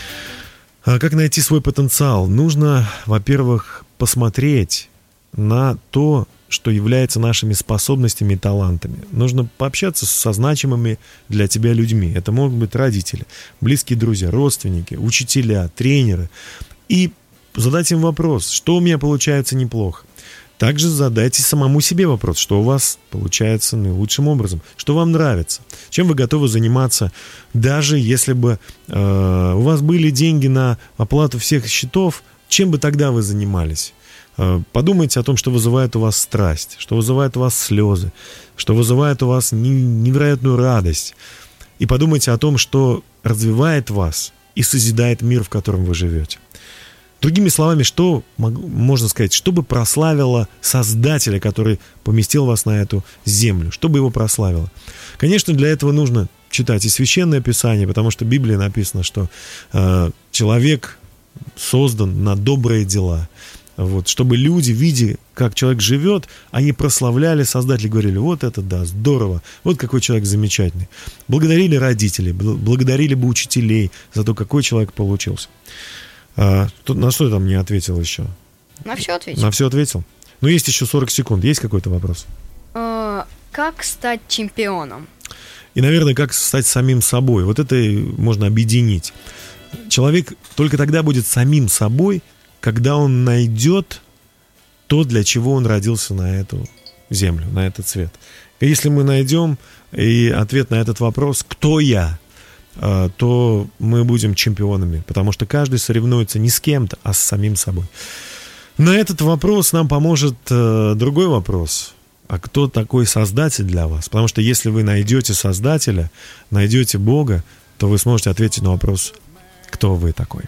А как найти свой потенциал? Нужно, во-первых, посмотреть на то, что является нашими способностями и талантами. Нужно пообщаться со значимыми для тебя людьми. Это могут быть родители, близкие друзья, родственники, учителя, тренеры. И задать им вопрос, что у меня получается неплохо. Также задайте самому себе вопрос, что у вас получается наилучшим образом, что вам нравится, чем вы готовы заниматься, даже если бы э, у вас были деньги на оплату всех счетов, чем бы тогда вы занимались? Подумайте о том, что вызывает у вас страсть, что вызывает у вас слезы, что вызывает у вас невероятную радость. И подумайте о том, что развивает вас и созидает мир, в котором вы живете. Другими словами, что, можно сказать, что бы прославило Создателя, который поместил вас на эту землю, что бы его прославило? Конечно, для этого нужно читать и Священное Писание, потому что в Библии написано, что э, человек создан на добрые дела. Вот, чтобы люди, видя, как человек живет, они прославляли Создателя, говорили, вот это да, здорово, вот какой человек замечательный. Благодарили родителей, благодарили бы учителей за то, какой человек получился. А, тут, на что я там не ответил еще? На все ответил. На все ответил? Ну, есть еще сорок секунд. Есть какой-то вопрос? Э, как стать чемпионом? И, наверное, как стать самим собой. Вот это можно объединить. Человек только тогда будет самим собой, когда он найдет то, для чего он родился на эту землю, на этот свет. И если мы найдем и ответ на этот вопрос, кто я, то мы будем чемпионами, потому что каждый соревнуется не с кем-то, а с самим собой. На этот вопрос нам поможет другой вопрос. А кто такой Создатель для вас? Потому что если вы найдете Создателя, найдете Бога, то вы сможете ответить на вопрос, кто вы такой.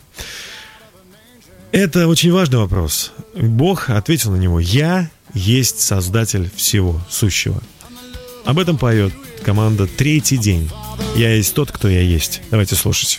Это очень важный вопрос. Бог ответил на него. «Я есть Создатель всего сущего». Об этом поет команда «Третий день». «Я есть тот, кто я есть». Давайте слушать.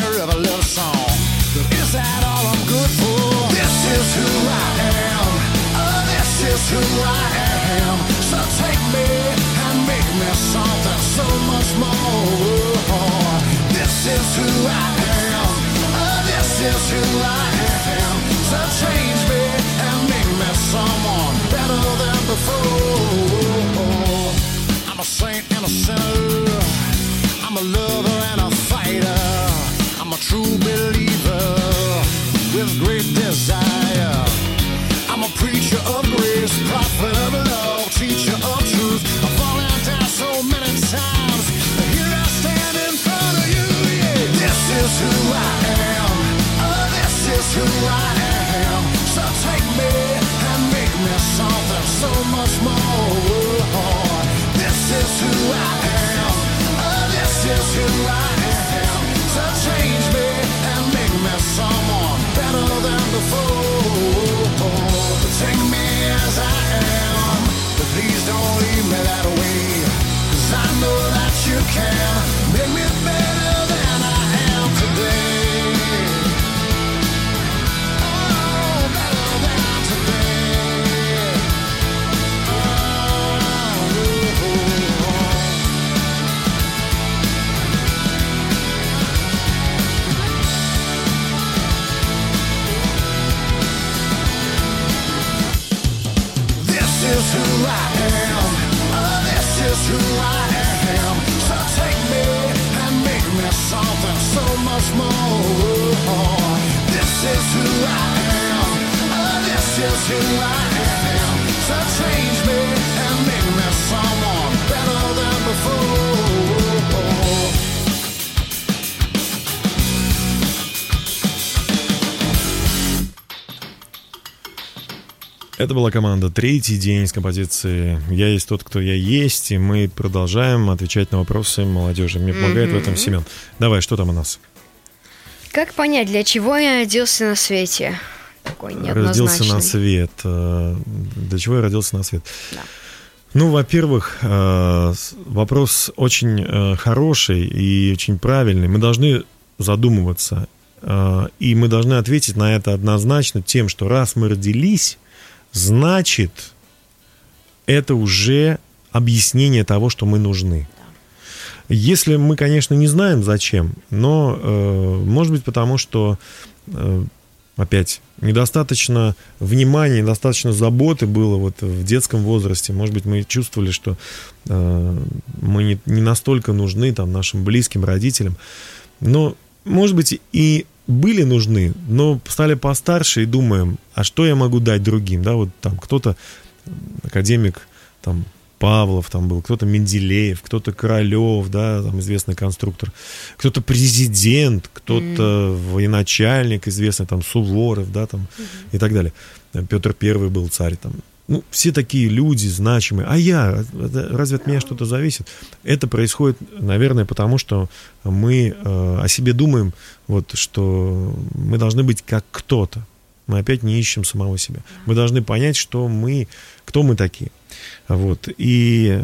So change me and make me someone better than before. I'm a saint and a sinner. I'm a lover and a fighter. I'm a true believer with great desire. I'm a preacher of grace, prophet of love, teacher of truth. I've fallen down so many times, but here I stand in front of you. Yeah, this is who I am. Oh, this is who I am. So take me and make me something so much more. This is who I am. Oh, this is who I am. So change me and make me someone better than before. Take me as I am, but please don't leave me that way. 'Cause I know that you can make me better than I am today. This is who I am. Oh, this is who I am. So take me and make me something so much more. This is who I am. Oh, this is who I am. So change me and make me someone better than before. Это была команда «Третий день» с композицией «Я есть тот, кто я есть», и мы продолжаем отвечать на вопросы молодежи. Мне помогает mm-hmm. в этом Семен. Давай, что там у нас? Как понять, для чего я родился на свете? Такой неоднозначный. Родился на свет. Для чего я родился на свет? Да. Ну, во-первых, вопрос очень хороший и очень правильный. Мы должны задумываться, и мы должны ответить на это однозначно тем, что раз мы родились, значит, это уже объяснение того, что мы нужны. Если мы, конечно, не знаем, зачем, но, э, может быть, потому что, э, опять, недостаточно внимания, недостаточно заботы было вот в детском возрасте. Может быть, мы чувствовали, что э, мы не, не настолько нужны там, нашим близким, родителям. Но, может быть, и были нужны, но стали постарше и думаем, а что я могу дать другим? Да, вот там кто-то, академик там, Павлов там был, кто-то Менделеев, кто-то Королев, да, там известный конструктор, кто-то президент, кто-то mm-hmm. военачальник, известный там Суворов, да, там mm-hmm. и так далее. Петр Первый был царь там. Ну, все такие люди значимые. А я, разве от меня что-то зависит? Это происходит, наверное, потому что мы э, о себе думаем, вот, что мы должны быть как кто-то. Мы опять не ищем самого себя. Мы должны понять, что мы, кто мы такие. Вот. И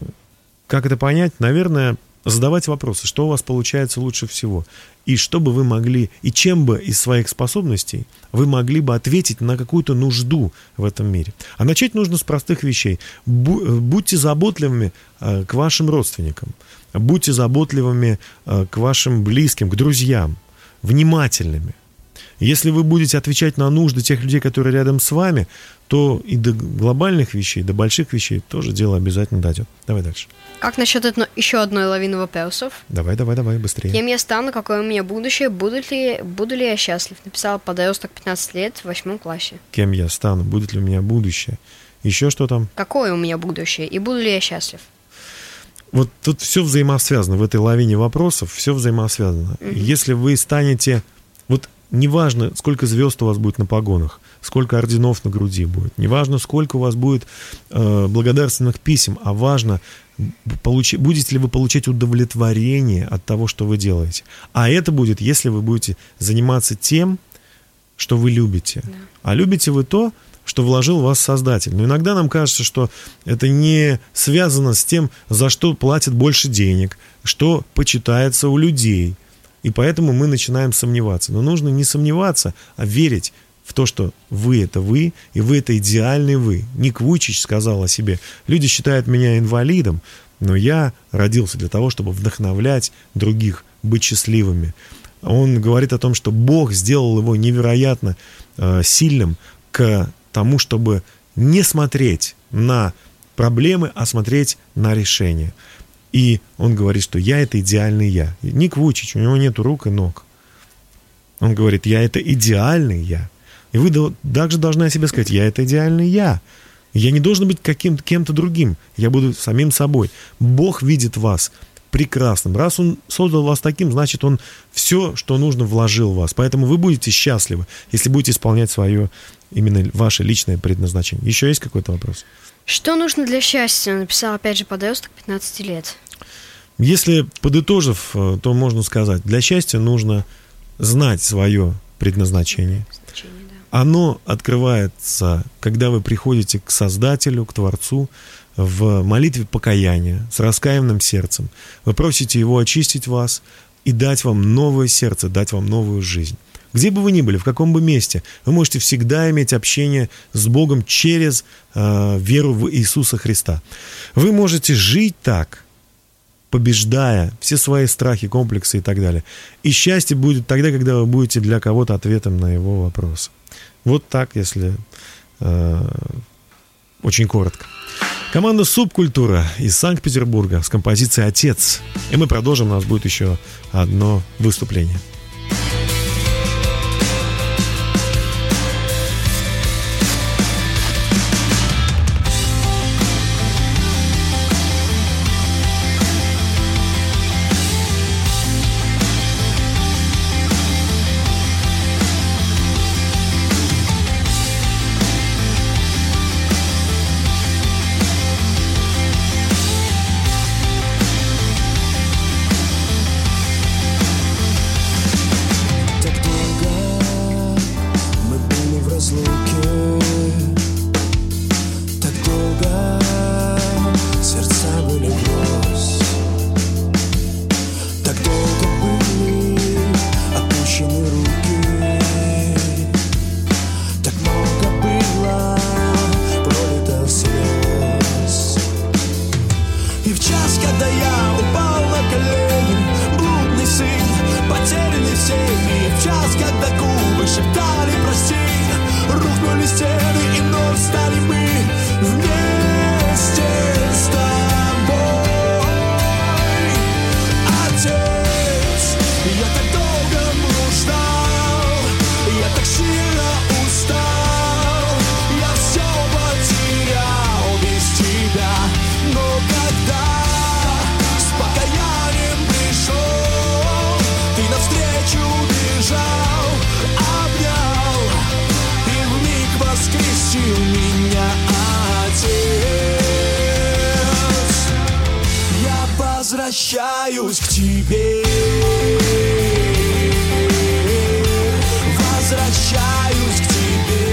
как это понять? Наверное, задавать вопросы, что у вас получается лучше всего. И что бы вы могли, и чем бы из своих способностей вы могли бы ответить на какую-то нужду в этом мире. А начать нужно с простых вещей. Будьте заботливыми к вашим родственникам. Будьте заботливыми к вашим близким, к друзьям. Внимательными. Если вы будете отвечать на нужды тех людей, которые рядом с вами, то и до глобальных вещей, до больших вещей тоже дело обязательно дойдет. Давай дальше. Как насчет одно, еще одной лавины вопросов? Давай, давай, давай, быстрее. Кем я стану, какое у меня будущее, буду ли, буду ли я счастлив? Написал подросток пятнадцать лет в восьмом классе. Кем я стану, будет ли у меня будущее? Еще что там? Какое у меня будущее и буду ли я счастлив? Вот тут все взаимосвязано, в этой лавине вопросов все взаимосвязано. Mm-hmm. Если вы станете... Вот неважно, сколько звезд у вас будет на погонах, сколько орденов на груди будет, неважно, сколько у вас будет э, благодарственных писем, а важно, получи, будете ли вы получать удовлетворение от того, что вы делаете. А это будет, если вы будете заниматься тем, что вы любите. Да. А любите вы то, что вложил в вас Создатель. Но иногда нам кажется, что это не связано с тем, за что платят больше денег, что почитается у людей. И поэтому мы начинаем сомневаться. Но нужно не сомневаться, а верить в то, что вы — это вы, и вы — это идеальный вы. Ник Вуйчич сказал о себе: люди считают меня инвалидом, но я родился для того, чтобы вдохновлять других, быть счастливыми. Он говорит о том, что Бог сделал его невероятно э, сильным к тому, чтобы не смотреть на проблемы, а смотреть на решения. И он говорит, что я — это идеальный я. Ник Вуйчич, у него нет рук и ног. Он говорит, я — это идеальный я. И вы также должны о себе сказать, я — это идеальный я. Я не должен быть каким-то, кем-то другим. Я буду самим собой. Бог видит вас прекрасным. Раз Он создал вас таким, значит, Он все, что нужно, вложил в вас. Поэтому вы будете счастливы, если будете исполнять свое, именно ваше личное предназначение. Еще есть какой-то вопрос? Что нужно для счастья? Написал, опять же, подросток пятнадцати лет. Если подытожив, то можно сказать, для счастья нужно знать свое предназначение. Значение, да. Оно открывается, когда вы приходите к Создателю, к Творцу, в молитве покаяния, с раскаянным сердцем. Вы просите Его очистить вас и дать вам новое сердце, дать вам новую жизнь. Где бы вы ни были, в каком бы месте, вы можете всегда иметь общение с Богом через э, веру в Иисуса Христа. Вы можете жить так, побеждая все свои страхи, комплексы и так далее. И счастье будет тогда, когда вы будете для кого-то ответом на его вопросы. Вот так, если э, очень коротко. Команда «Субкультура» из Санкт-Петербурга с композицией «Отец». И мы продолжим, у нас будет еще одно выступление. меня, Отец. Я возвращаюсь к Тебе, возвращаюсь к Тебе.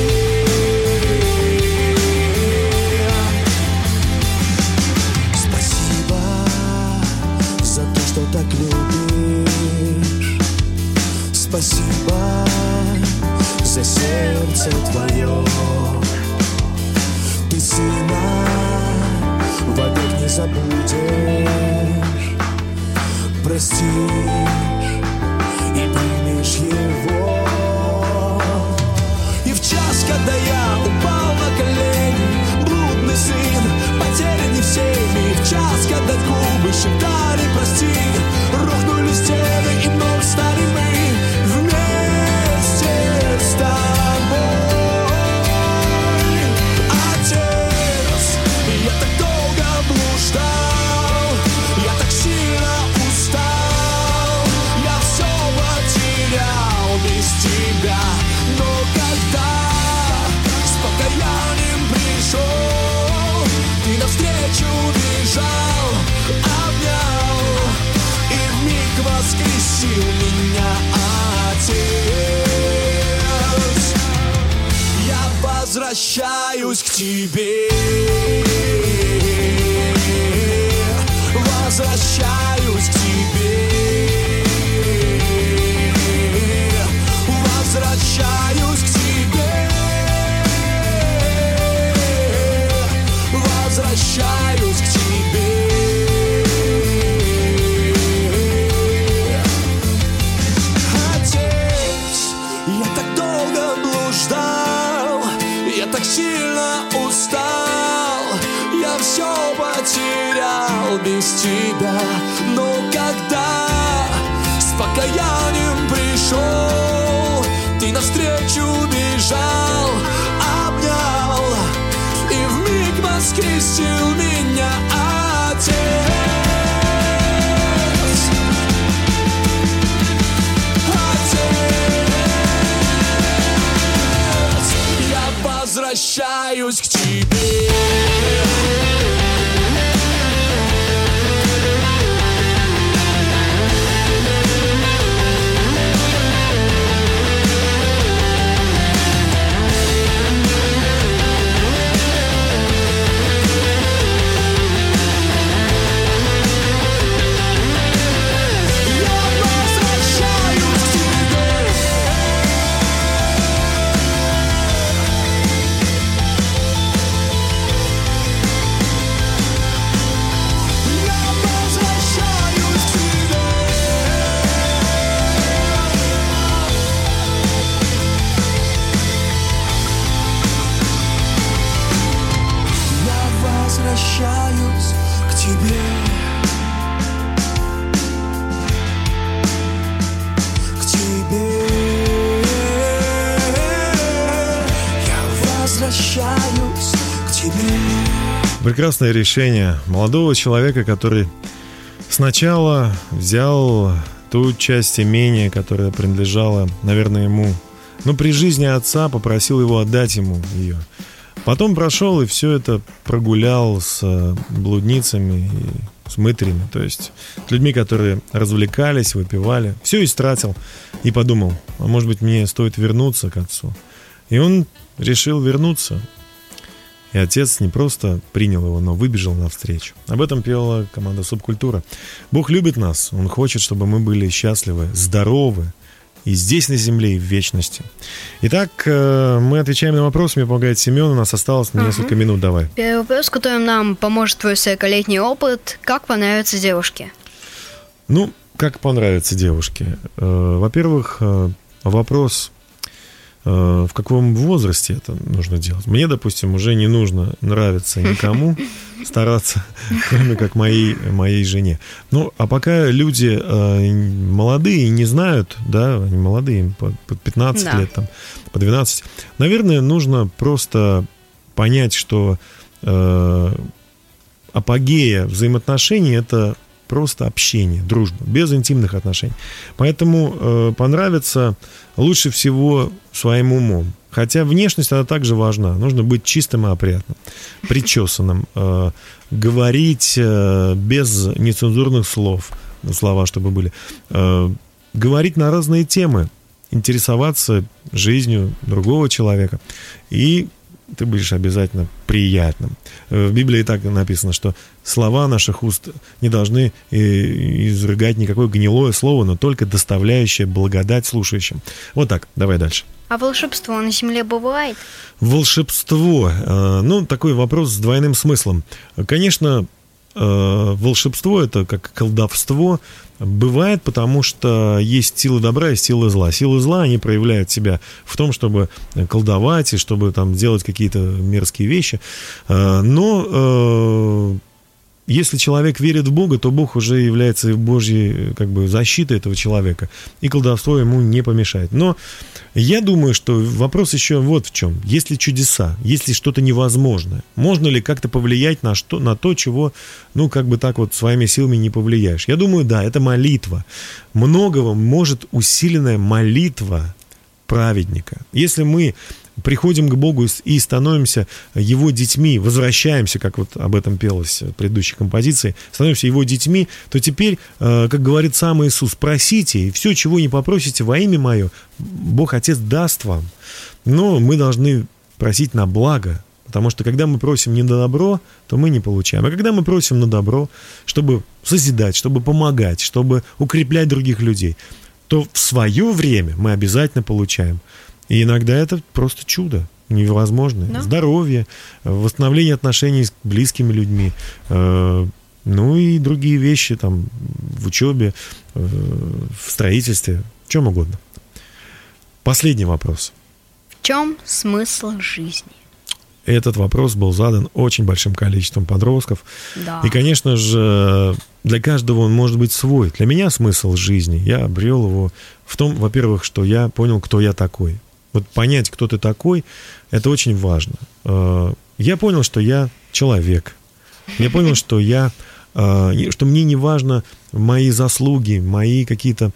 Спасибо за то, что так любишь. Спасибо за сердце Твое. Ты сына вовек не забудешь, простишь и примешь его. И в час, когда я упал на колени, блудный сын, потерянный всеми, в час, когда губы шептали прости, рухнули стены и вновь стали мы вместе с тобой. Отец, я так долго блуждал, я так сильно устал, я все потерял без тебя. Но когда с покаянием пришел, ты навстречу бежал, обнял и вмиг воскресил меня, Отец. Я возвращаюсь к Тебе, возвращаюсь к Тебе, возвращаюсь к Тебе, возвращаюсь к Тебе. Отец, я так долго блуждал, я так сильно устал, я все потерял без Тебя. Но когда с покаянием пришел, ты навстречу бежал, обнял и вмиг воскресил меня, Отец. Отец, я возвращаюсь к Тебе. Возвращаюсь к Тебе, к Тебе. Я возвращаюсь к Тебе. Прекрасное решение молодого человека, который сначала взял ту часть имения, которая принадлежала, наверное, ему, но при жизни отца попросил его отдать ему ее. Потом прошел и все это прогулял с блудницами и с мытарями, то есть с людьми, которые развлекались, выпивали. Все истратил и подумал, а может быть мне стоит вернуться к отцу. И он решил вернуться. И отец не просто принял его, но выбежал навстречу. Об этом пела команда «Субкультура». Бог любит нас, Он хочет, чтобы мы были счастливы, здоровы, и здесь на земле, и в вечности. Итак, мы отвечаем на вопросы. Мне помогает Семен. У нас осталось на несколько uh-huh. минут. Давай. Первый вопрос, которым нам поможет твой сорокалетний опыт. Как понравится девушке? Ну, как понравится девушке? Во-первых, вопрос, в каком возрасте это нужно делать. Мне, допустим, уже не нужно нравиться никому, стараться, кроме как моей, моей жене. Ну, а пока люди э, молодые и не знают, да, они молодые, им по, по пятнадцать да. лет, там, по двенадцать, наверное, нужно просто понять, что э, апогея взаимоотношений — это просто общение, дружба, без интимных отношений. Поэтому э, понравится лучше всего своим умом. Хотя внешность, она также важна. Нужно быть чистым и опрятным, причесанным, э, говорить э, без нецензурных слов, слова, чтобы были, э, говорить на разные темы, интересоваться жизнью другого человека. И ты будешь обязательно приятным. В Библии так написано, что слова наших уст не должны изрыгать никакое гнилое слово, но только доставляющее благодать слушающим. Вот так, давай дальше. А волшебство на земле бывает? Волшебство. Ну, такой вопрос с двойным смыслом. Конечно, волшебство — это как колдовство. Бывает, потому что есть силы добра и силы зла. Силы зла, они проявляют себя в том, чтобы колдовать и чтобы там делать какие-то мерзкие вещи. Но если человек верит в Бога, то Бог уже является Божьей как бы защитой этого человека, и колдовство ему не помешает. Но я думаю, что вопрос еще вот в чем. Есть ли чудеса, есть ли что-то невозможное? Можно ли как-то повлиять на, что, на то, чего, ну, как бы так вот своими силами не повлияешь? Я думаю, да, это молитва. Многого может усиленная молитва праведника. Если мы приходим к Богу и становимся Его детьми, возвращаемся, как вот об этом пелось в предыдущей композиции, становимся Его детьми, то теперь, как говорит сам Иисус, просите, и все, чего не попросите во имя Мое, Бог Отец даст вам. Но мы должны просить на благо, потому что когда мы просим не на добро, то мы не получаем. А когда мы просим на добро, чтобы созидать, чтобы помогать, чтобы укреплять других людей, то в свое время мы обязательно получаем. И иногда это просто чудо невозможное. Да. Здоровье, восстановление отношений с близкими людьми, э, ну и другие вещи там в учебе, э, в строительстве, в чем угодно. Последний вопрос. В чем смысл жизни? Этот вопрос был задан очень большим количеством подростков. Да. И, конечно же, для каждого он может быть свой. Для меня смысл жизни, я обрел его в том, во-первых, что я понял, кто я такой. Вот понять, кто ты такой, это очень важно. Я понял, что я человек. Я понял, что я, что мне не важно мои заслуги, мои какие-то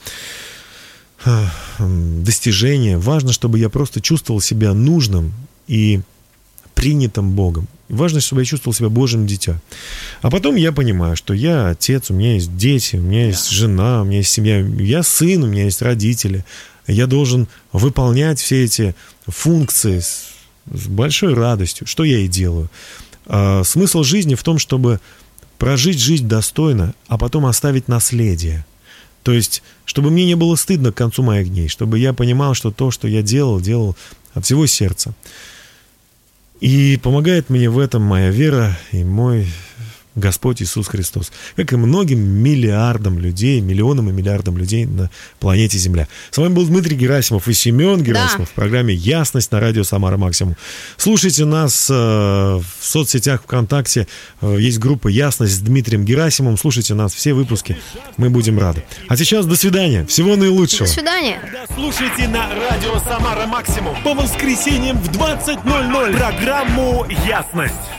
достижения. Важно, чтобы я просто чувствовал себя нужным и принятым Богом. Важно, чтобы я чувствовал себя Божьим дитя. А потом я понимаю, что я отец, у меня есть дети, у меня есть жена, у меня есть семья, я сын, у меня есть родители. Я должен выполнять все эти функции с, с большой радостью, что я и делаю. А, смысл жизни в том, чтобы прожить жизнь достойно, а потом оставить наследие. То есть, чтобы мне не было стыдно к концу моих дней, чтобы я понимал, что то, что я делал, делал от всего сердца. И помогает мне в этом моя вера и мой Господь Иисус Христос, как и многим миллиардам людей, миллионам и миллиардам людей на планете Земля. С вами был Дмитрий Герасимов и Семен Герасимов, да, в программе «Ясность» на радио «Самара Максимум». Слушайте нас э, в соцсетях ВКонтакте, э, есть группа «Ясность» с Дмитрием Герасимовым. Слушайте нас, все выпуски, мы будем рады. А сейчас до свидания, всего наилучшего. До свидания. Слушайте на радио «Самара Максимум» по воскресеньям в двадцать ноль ноль программу «Ясность».